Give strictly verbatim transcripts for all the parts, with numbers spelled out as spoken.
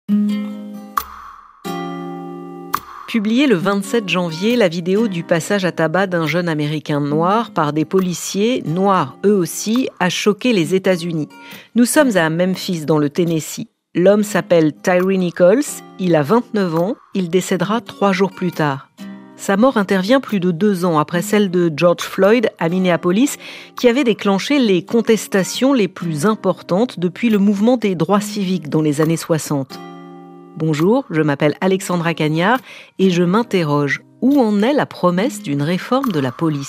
Publiée le vingt-sept janvier, la vidéo du passage à tabac d'un jeune Américain noir par des policiers, noirs eux aussi, a choqué les États-Unis. Nous sommes à Memphis, dans le Tennessee. L'homme s'appelle Tyre Nichols, il a vingt-neuf ans, il décédera trois jours plus tard. Sa mort intervient plus de deux ans après celle de George Floyd à Minneapolis, qui avait déclenché les contestations les plus importantes depuis le mouvement des droits civiques dans les années soixante. Bonjour, je m'appelle Alexandra Cagnard et je m'interroge. Où en est la promesse d'une réforme de la police ?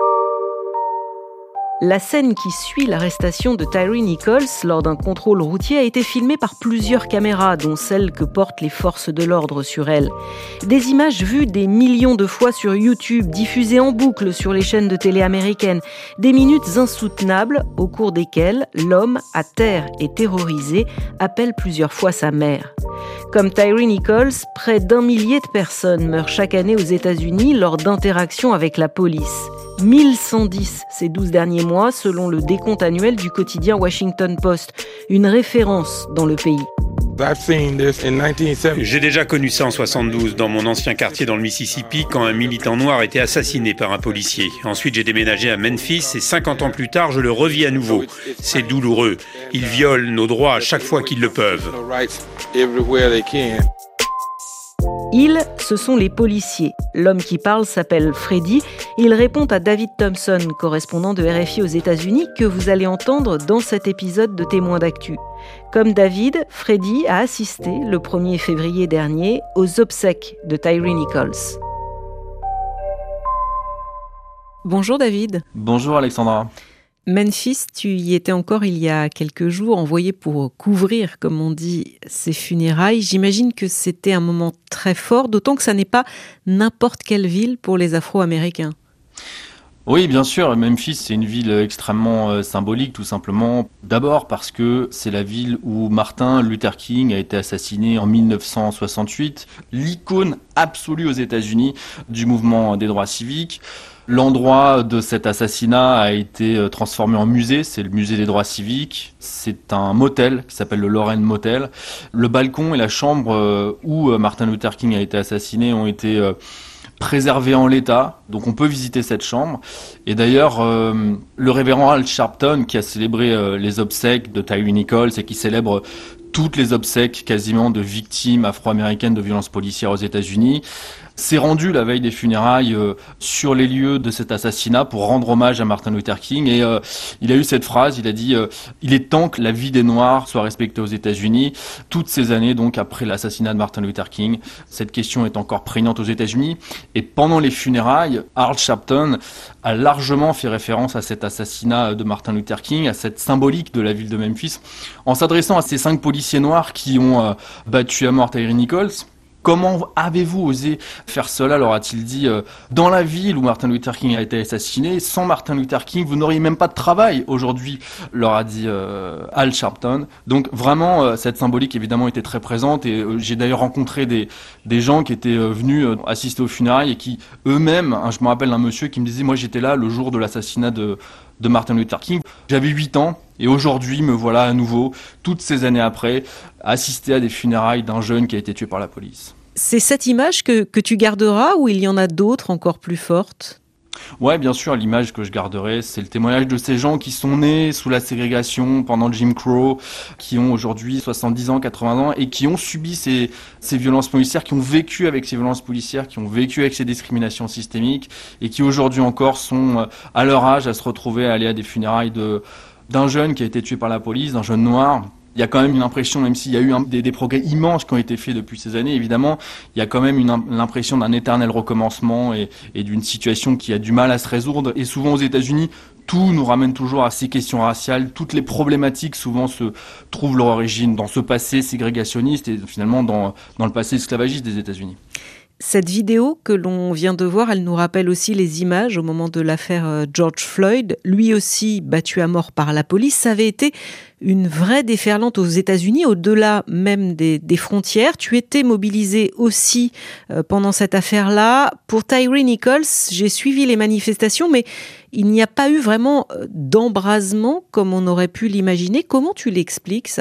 La scène qui suit l'arrestation de Tyre Nichols lors d'un contrôle routier a été filmée par plusieurs caméras, dont celles que portent les forces de l'ordre sur elle. Des images vues des millions de fois sur YouTube, diffusées en boucle sur les chaînes de télé américaines. Des minutes insoutenables au cours desquelles l'homme, à terre et terrorisé, appelle plusieurs fois sa mère. Comme Tyre Nichols, près d'un millier de personnes meurent chaque année aux États-Unis lors d'interactions avec la police. mille cent dix ces douze derniers mois, selon le décompte annuel du quotidien Washington Post, une référence dans le pays. J'ai déjà connu ça en soixante-douze, dans mon ancien quartier dans le Mississippi, quand un militant noir était assassiné par un policier. Ensuite, j'ai déménagé à Memphis et cinquante ans plus tard, je le revis à nouveau. C'est douloureux. Ils violent nos droits à chaque fois qu'ils le peuvent. Ils, ce sont les policiers. L'homme qui parle s'appelle Freddy. Il répond à David Thompson, correspondant de R F I aux États-Unis, que vous allez entendre dans cet épisode de Témoins d'actu. Comme David, Freddy a assisté, le premier février dernier, aux obsèques de Tyre Nichols. Bonjour David. Bonjour Alexandra. Memphis, tu y étais encore il y a quelques jours, envoyé pour couvrir, comme on dit, ces funérailles. J'imagine que c'était un moment très fort, d'autant que ça n'est pas n'importe quelle ville pour les Afro-Américains. Oui, bien sûr. Memphis, c'est une ville extrêmement euh, symbolique, tout simplement. D'abord parce que c'est la ville où Martin Luther King a été assassiné en dix-neuf cent soixante-huit, l'icône absolue aux États-Unis du mouvement des droits civiques. L'endroit de cet assassinat a été transformé en musée, c'est le musée des droits civiques. C'est un motel qui s'appelle le Lorraine Motel. Le balcon et la chambre où Martin Luther King a été assassiné ont été préservés en l'état, donc on peut visiter cette chambre. Et d'ailleurs, euh, le révérend Al Sharpton, qui a célébré euh, les obsèques de Tyre Nichols et qui célèbre toutes les obsèques quasiment de victimes afro-américaines de violences policières aux États-Unis, s'est rendu la veille des funérailles euh, sur les lieux de cet assassinat pour rendre hommage à Martin Luther King. Et euh, il a eu cette phrase, il a dit euh, « Il est temps que la vie des Noirs soit respectée aux États-Unis ». Toutes ces années, donc, après l'assassinat de Martin Luther King, cette question est encore prégnante aux États-Unis. Et pendant les funérailles, Al Sharpton a largement fait référence à cet assassinat de Martin Luther King, à cette symbolique de la ville de Memphis, en s'adressant à ces cinq policiers noirs qui ont euh, battu à mort Tyre Nichols. Comment avez-vous osé faire cela, leur a-t-il dit, euh, dans la ville où Martin Luther King a été assassiné. Sans Martin Luther King, vous n'auriez même pas de travail aujourd'hui, leur a dit euh, Al Sharpton. Donc vraiment, euh, cette symbolique évidemment était très présente et euh, j'ai d'ailleurs rencontré des, des gens qui étaient euh, venus euh, assister aux funérailles et qui eux-mêmes, hein, je me rappelle d'un monsieur qui me disait, moi j'étais là le jour de l'assassinat de, de Martin Luther King. J'avais huit ans. Et aujourd'hui, me voilà à nouveau, toutes ces années après, assister à des funérailles d'un jeune qui a été tué par la police. C'est cette image que, que tu garderas ou il y en a d'autres encore plus fortes ? Ouais, bien sûr, l'image que je garderai, c'est le témoignage de ces gens qui sont nés sous la ségrégation pendant Jim Crow, qui ont aujourd'hui soixante-dix ans, quatre-vingts ans, et qui ont subi ces, ces violences policières, qui ont vécu avec ces violences policières, qui ont vécu avec ces discriminations systémiques, et qui aujourd'hui encore sont à leur âge à se retrouver à aller à des funérailles de... d'un jeune qui a été tué par la police, d'un jeune noir. Il y a quand même une impression, même s'il y a eu un, des, des progrès immenses qui ont été faits depuis ces années, évidemment, il y a quand même une, l'impression d'un éternel recommencement et, et d'une situation qui a du mal à se résoudre. Et souvent aux États-Unis, tout nous ramène toujours à ces questions raciales. Toutes les problématiques souvent se trouvent leur origine dans ce passé ségrégationniste et finalement dans, dans le passé esclavagiste des États-Unis. Cette vidéo que l'on vient de voir, elle nous rappelle aussi les images au moment de l'affaire George Floyd, lui aussi battu à mort par la police. Ça avait été une vraie déferlante aux États-Unis, au-delà même des, des frontières. Tu étais mobilisé aussi euh, pendant cette affaire-là. Pour Tyre Nichols, j'ai suivi les manifestations, mais il n'y a pas eu vraiment d'embrasement comme on aurait pu l'imaginer. Comment tu l'expliques, ça ?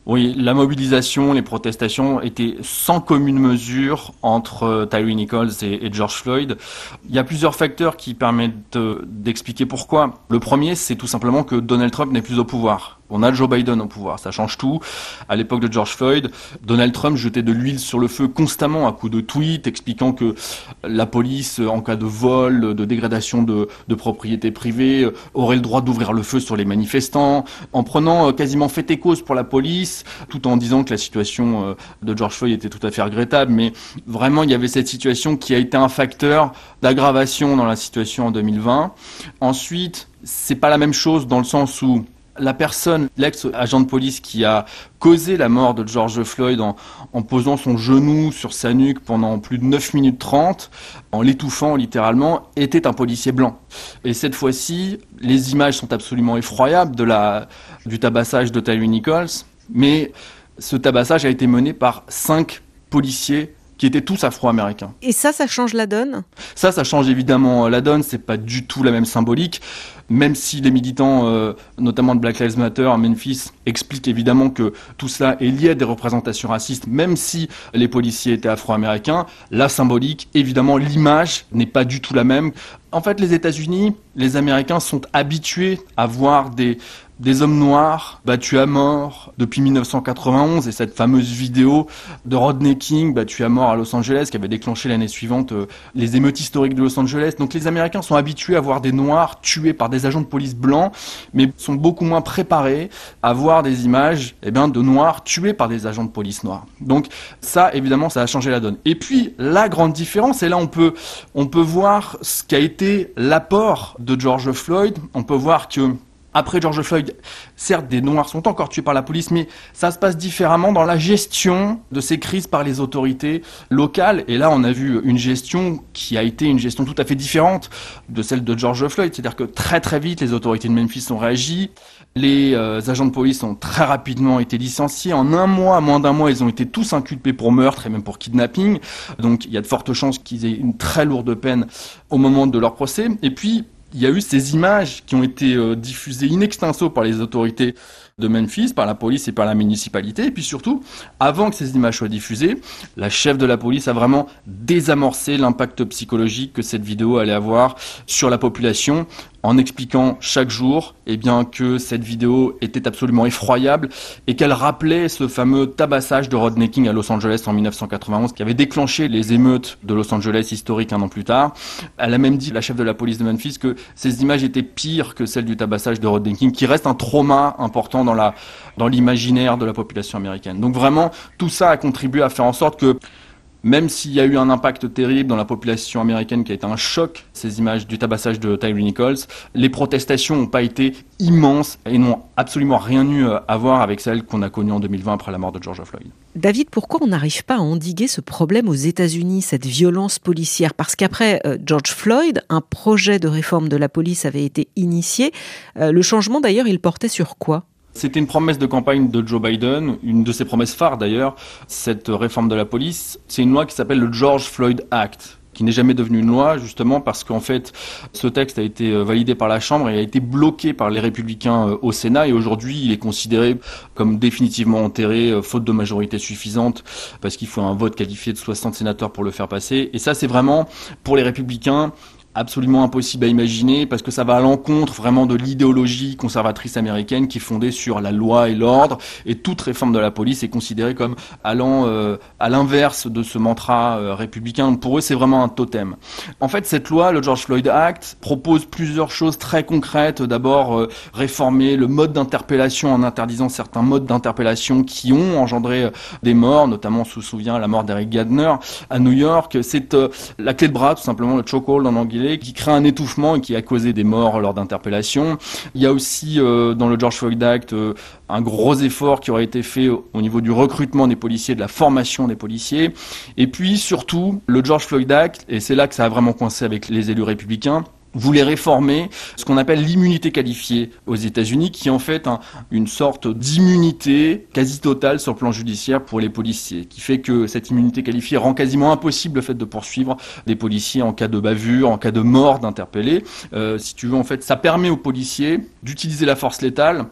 Oui, la mobilisation, les protestations étaient sans commune mesure entre Tyre Nichols et, et George Floyd. Il y a plusieurs facteurs qui permettent de, d'expliquer pourquoi. Le premier, c'est tout simplement que Donald Trump n'est plus au pouvoir. On a Joe Biden au pouvoir, ça change tout. À l'époque de George Floyd, Donald Trump jetait de l'huile sur le feu constamment à coups de tweets expliquant que la police, en cas de vol, de dégradation de, de propriété privée, aurait le droit d'ouvrir le feu sur les manifestants, en prenant quasiment fait et cause pour la police, tout en disant que la situation de George Floyd était tout à fait regrettable. Mais vraiment, il y avait cette situation qui a été un facteur d'aggravation dans la situation en deux mille vingt. Ensuite, c'est pas la même chose dans le sens où la personne, l'ex-agent de police qui a causé la mort de George Floyd en, en posant son genou sur sa nuque pendant plus de neuf minutes trente, en l'étouffant littéralement, était un policier blanc. Et cette fois-ci, les images sont absolument effroyables de la, du tabassage de Tyre Nichols, mais ce tabassage a été mené par cinq policiers qui étaient tous afro-américains. Et ça, ça change la donne ? Ça, ça change évidemment la donne, c'est pas du tout la même symbolique. Même si les militants, euh, notamment de Black Lives Matter à Memphis, expliquent évidemment que tout cela est lié à des représentations racistes, même si les policiers étaient afro-américains, la symbolique, évidemment, l'image n'est pas du tout la même. En fait, les États-Unis, les Américains sont habitués à voir des, des hommes noirs battus à mort depuis mille neuf cent quatre-vingt-onze et cette fameuse vidéo de Rodney King battu à mort à Los Angeles qui avait déclenché l'année suivante euh, les émeutes historiques de Los Angeles. Donc les Américains sont habitués à voir des noirs tués par des agents de police blancs, mais sont beaucoup moins préparés à voir des images eh bien, de noirs tués par des agents de police noirs. Donc ça, évidemment, ça a changé la donne. Et puis, la grande différence, et là on peut, on peut voir ce qu'a été l'apport de George Floyd. On peut voir que après George Floyd, certes, des Noirs sont encore tués par la police, mais ça se passe différemment dans la gestion de ces crises par les autorités locales. Et là, on a vu une gestion qui a été une gestion tout à fait différente de celle de George Floyd. C'est-à-dire que très très vite, les autorités de Memphis ont réagi. Les euh, agents de police ont très rapidement été licenciés. En un mois, moins d'un mois, ils ont été tous inculpés pour meurtre et même pour kidnapping. Donc, il y a de fortes chances qu'ils aient une très lourde peine au moment de leur procès. Et puis, il y a eu ces images qui ont été euh, diffusées in extenso par les autorités de Memphis, par la police et par la municipalité. Et puis surtout, avant que ces images soient diffusées, la chef de la police a vraiment désamorcé l'impact psychologique que cette vidéo allait avoir sur la population, en expliquant chaque jour eh bien, que cette vidéo était absolument effroyable et qu'elle rappelait ce fameux tabassage de Rodney King à Los Angeles en mille neuf cent quatre-vingt-onze qui avait déclenché les émeutes de Los Angeles historiques un an plus tard. Elle a même dit, la chef de la police de Memphis, que ces images étaient pires que celles du tabassage de Rodney King, qui reste un trauma important dans la, dans l'imaginaire de la population américaine. Donc vraiment, tout ça a contribué à faire en sorte que même s'il y a eu un impact terrible dans la population américaine qui a été un choc, ces images du tabassage de Tyre Nichols, les protestations n'ont pas été immenses et n'ont absolument rien eu à voir avec celles qu'on a connues en deux mille vingt après la mort de George Floyd. David, pourquoi on n'arrive pas à endiguer ce problème aux États-Unis, cette violence policière ? Parce qu'après euh, George Floyd, un projet de réforme de la police avait été initié. Euh, le changement, d'ailleurs, il portait sur quoi ? C'était une promesse de campagne de Joe Biden, une de ses promesses phares d'ailleurs, cette réforme de la police. C'est une loi qui s'appelle le George Floyd Act, qui n'est jamais devenue une loi, justement parce qu'en fait, ce texte a été validé par la Chambre et a été bloqué par les Républicains au Sénat, et aujourd'hui, il est considéré comme définitivement enterré, faute de majorité suffisante, parce qu'il faut un vote qualifié de soixante sénateurs pour le faire passer. Et ça, c'est vraiment, pour les Républicains, absolument impossible à imaginer, parce que ça va à l'encontre vraiment de l'idéologie conservatrice américaine qui est fondée sur la loi et l'ordre, et toute réforme de la police est considérée comme allant euh, à l'inverse de ce mantra euh, républicain. Pour eux, c'est vraiment un totem. En fait, cette loi, le George Floyd Act, propose plusieurs choses très concrètes. D'abord, euh, réformer le mode d'interpellation en interdisant certains modes d'interpellation qui ont engendré euh, des morts, notamment on se souvient la mort d'Eric Gardner à New York. C'est euh, la clé de bras, tout simplement, le chokehold en anglais, qui crée un étouffement et qui a causé des morts lors d'interpellations. Il y a aussi euh, dans le George Floyd Act euh, un gros effort qui aurait été fait au, au niveau du recrutement des policiers, de la formation des policiers. Et puis surtout, le George Floyd Act, et c'est là que ça a vraiment coincé avec les élus républicains, voulait réformer ce qu'on appelle l'immunité qualifiée aux États-Unis, qui est en fait un, une sorte d'immunité quasi totale sur le plan judiciaire pour les policiers, qui fait que cette immunité qualifiée rend quasiment impossible le fait de poursuivre des policiers en cas de bavure, en cas de mort d'interpellés. Euh, si tu veux, en fait, ça permet aux policiers d'utiliser la force létale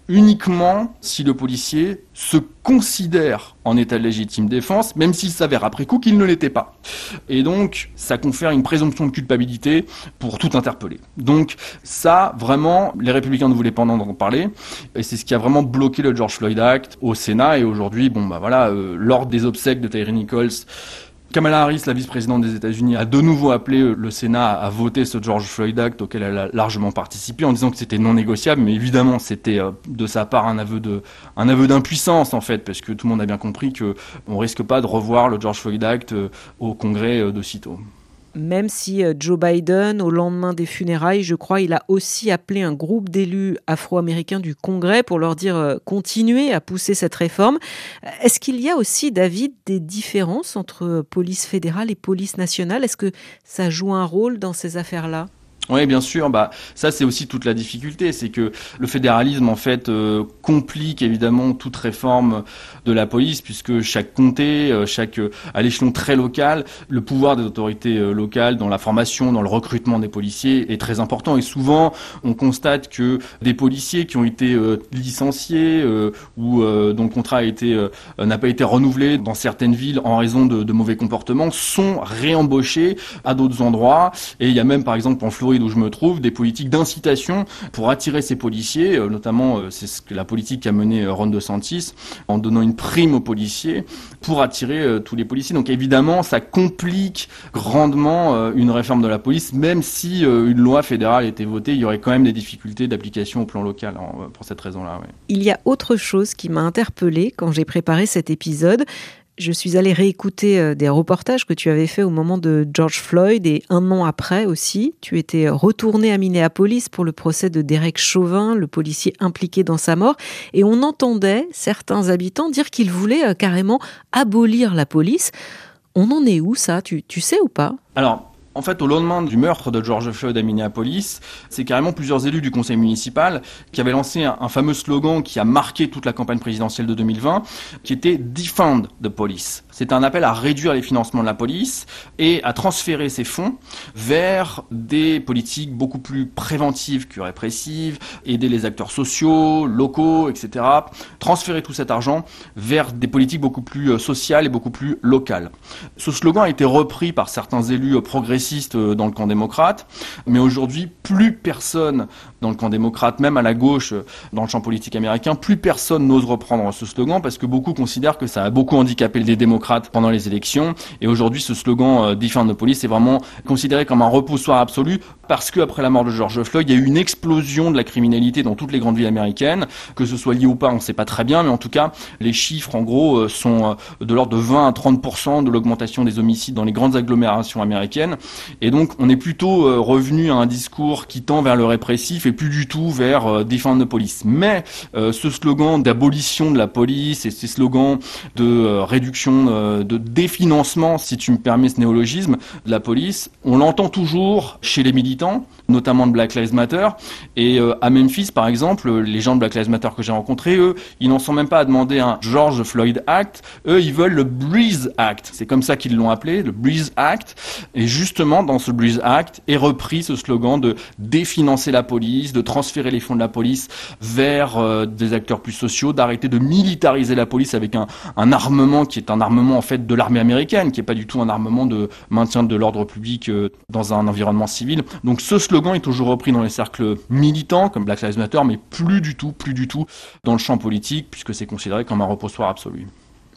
uniquement si le policier se considère en état de légitime défense, même s'il s'avère après coup qu'il ne l'était pas. Et donc, ça confère une présomption de culpabilité pour tout interpeller. Donc, ça, vraiment, les Républicains ne voulaient pas en entendre parler, et c'est ce qui a vraiment bloqué le George Floyd Act au Sénat, et aujourd'hui, bon, bah voilà, euh, lors des obsèques de Tyre Nichols, Kamala Harris, la vice-présidente des États-Unis, a de nouveau appelé le Sénat à voter ce George Floyd Act auquel elle a largement participé en disant que c'était non négociable, mais évidemment c'était de sa part un aveu de, un aveu d'impuissance en fait, parce que tout le monde a bien compris que on risque pas de revoir le George Floyd Act au Congrès de sitôt. Même si Joe Biden, au lendemain des funérailles, je crois, il a aussi appelé un groupe d'élus afro-américains du Congrès pour leur dire euh, continuez à pousser cette réforme. Est-ce qu'il y a aussi, David, des différences entre police fédérale et police nationale ? Est-ce que ça joue un rôle dans ces affaires-là ? Oui, bien sûr. Bah, ça, c'est aussi toute la difficulté, c'est que le fédéralisme, en fait, euh, complique évidemment toute réforme de la police, puisque chaque comté, euh, chaque euh, à l'échelon très local, le pouvoir des autorités euh, locales dans la formation, dans le recrutement des policiers est très important. Et souvent, on constate que des policiers qui ont été euh, licenciés euh, ou euh, dont le contrat a été euh, n'a pas été renouvelé dans certaines villes en raison de, de mauvais comportements sont réembauchés à d'autres endroits. Et il y a même, par exemple, en Floride, où je me trouve, des politiques d'incitation pour attirer ces policiers, euh, notamment euh, c'est ce que la politique qu'a mené euh, Ron DeSantis, en donnant une prime aux policiers pour attirer euh, tous les policiers. Donc évidemment, ça complique grandement euh, une réforme de la police, même si euh, une loi fédérale était votée, il y aurait quand même des difficultés d'application au plan local hein, pour cette raison-là. Ouais. Il y a autre chose qui m'a interpellée quand j'ai préparé cet épisode. Je suis allée réécouter des reportages que tu avais faits au moment de George Floyd et un an après aussi. Tu étais retournée à Minneapolis pour le procès de Derek Chauvin, le policier impliqué dans sa mort. Et on entendait certains habitants dire qu'ils voulaient carrément abolir la police. On en est où ça ? Tu, tu sais ou pas ? Alors, en fait, au lendemain du meurtre de George Floyd à Minneapolis, c'est carrément plusieurs élus du conseil municipal qui avaient lancé un, un fameux slogan qui a marqué toute la campagne présidentielle de deux mille vingt, qui était « Defund the Police ». C'est un appel à réduire les financements de la police et à transférer ces fonds vers des politiques beaucoup plus préventives que répressives, aider les acteurs sociaux, locaux, et cetera. Transférer tout cet argent vers des politiques beaucoup plus sociales et beaucoup plus locales. Ce slogan a été repris par certains élus progressistes dans le camp démocrate, mais aujourd'hui, plus personne dans le camp démocrate, même à la gauche, dans le champ politique américain, plus personne n'ose reprendre ce slogan parce que beaucoup considèrent que ça a beaucoup handicapé les démocrates pendant les élections. Et aujourd'hui, ce slogan euh, Defund the Police est vraiment considéré comme un repoussoir absolu parce qu'après la mort de George Floyd, il y a eu une explosion de la criminalité dans toutes les grandes villes américaines. Que ce soit lié ou pas, on ne sait pas très bien, mais en tout cas, les chiffres, en gros, euh, sont euh, de l'ordre de vingt à trente pour cent de l'augmentation des homicides dans les grandes agglomérations américaines. Et donc, on est plutôt euh, revenu à un discours qui tend vers le répressif et plus du tout vers euh, Defund the Police. Mais euh, ce slogan d'abolition de la police et ces slogans de euh, réduction, euh, de définancement, si tu me permets ce néologisme, de la police, on l'entend toujours chez les militants, notamment de Black Lives Matter. Et euh, à Memphis, par exemple, les gens de Black Lives Matter que j'ai rencontrés, eux, ils n'en sont même pas à demander un George Floyd Act. Eux, ils veulent le Breeze Act. C'est comme ça qu'ils l'ont appelé, le Breeze Act. Et justement, dans ce Breeze Act est repris ce slogan de définancer la police, de transférer les fonds de la police vers euh, des acteurs plus sociaux, d'arrêter de militariser la police avec un, un armement qui est un armement en fait de l'armée américaine, qui est pas du tout un armement de maintien de l'ordre public euh, dans un environnement civil. Donc ce slogan est toujours repris dans les cercles militants comme Black Lives Matter, mais plus du tout, plus du tout dans le champ politique, puisque c'est considéré comme un repoussoir absolu.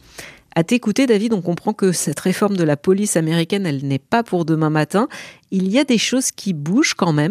À t'écouter, David, on comprend que cette réforme de la police américaine, elle n'est pas pour demain matin. Il y a des choses qui bougent quand même ?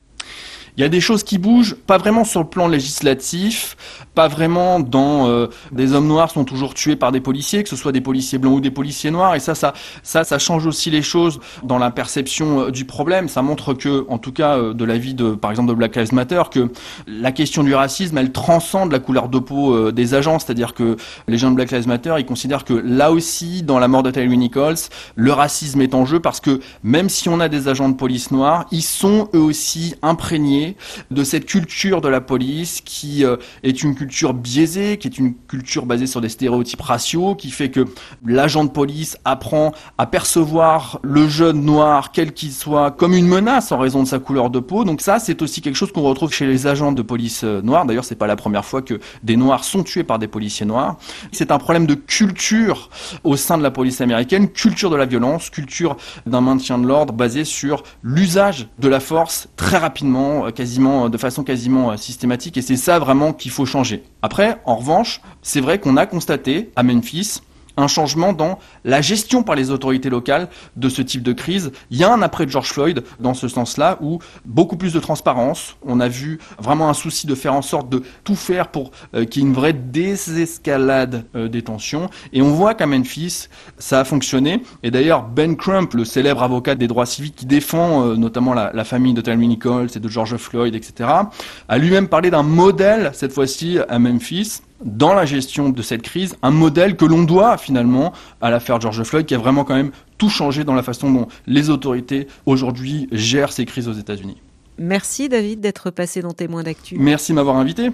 Il y a des choses qui bougent, pas vraiment sur le plan législatif, pas vraiment dans euh, des hommes noirs sont toujours tués par des policiers, que ce soit des policiers blancs ou des policiers noirs, et ça, ça, ça, ça change aussi les choses dans la perception euh, du problème. Ça montre que, en tout cas, euh, de l'avis de, par exemple, de Black Lives Matter, que la question du racisme, elle transcende la couleur de peau euh, des agents, c'est-à-dire que les gens de Black Lives Matter, ils considèrent que là aussi, dans la mort de Tyre Nichols, le racisme est en jeu parce que même si on a des agents de police noirs, ils sont eux aussi imprégnés prisonniers de cette culture de la police qui euh, est une culture biaisée, qui est une culture basée sur des stéréotypes raciaux, qui fait que l'agent de police apprend à percevoir le jeune noir, quel qu'il soit, comme une menace en raison de sa couleur de peau. Donc ça, c'est aussi quelque chose qu'on retrouve chez les agents de police noirs. D'ailleurs, c'est pas la première fois que des noirs sont tués par des policiers noirs. C'est un problème de culture au sein de la police américaine, culture de la violence, culture d'un maintien de l'ordre basé sur l'usage de la force très rapidement, quasiment, de façon quasiment systématique. Et c'est ça vraiment qu'il faut changer. Après, en revanche, c'est vrai qu'on a constaté à Memphis un changement dans la gestion par les autorités locales de ce type de crise. Il y a un après George Floyd dans ce sens-là où beaucoup plus de transparence. On a vu vraiment un souci de faire en sorte de tout faire pour euh, qu'il y ait une vraie désescalade euh, des tensions. Et on voit qu'à Memphis, ça a fonctionné. Et d'ailleurs, Ben Crump, le célèbre avocat des droits civiques qui défend euh, notamment la, la famille de Tyre Nichols et de George Floyd, et cetera, a lui-même parlé d'un modèle, cette fois-ci à Memphis, dans la gestion de cette crise, un modèle que l'on doit finalement à l'affaire George Floyd, qui a vraiment quand même tout changé dans la façon dont les autorités aujourd'hui gèrent ces crises aux États-Unis. Merci David d'être passé dans Témoins d'actu. Merci de m'avoir invité.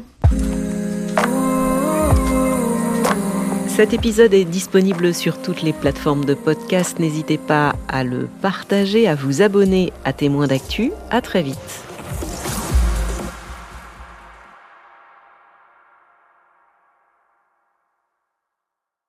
Cet épisode est disponible sur toutes les plateformes de podcast. N'hésitez pas à le partager, à vous abonner à Témoins d'actu. À très vite.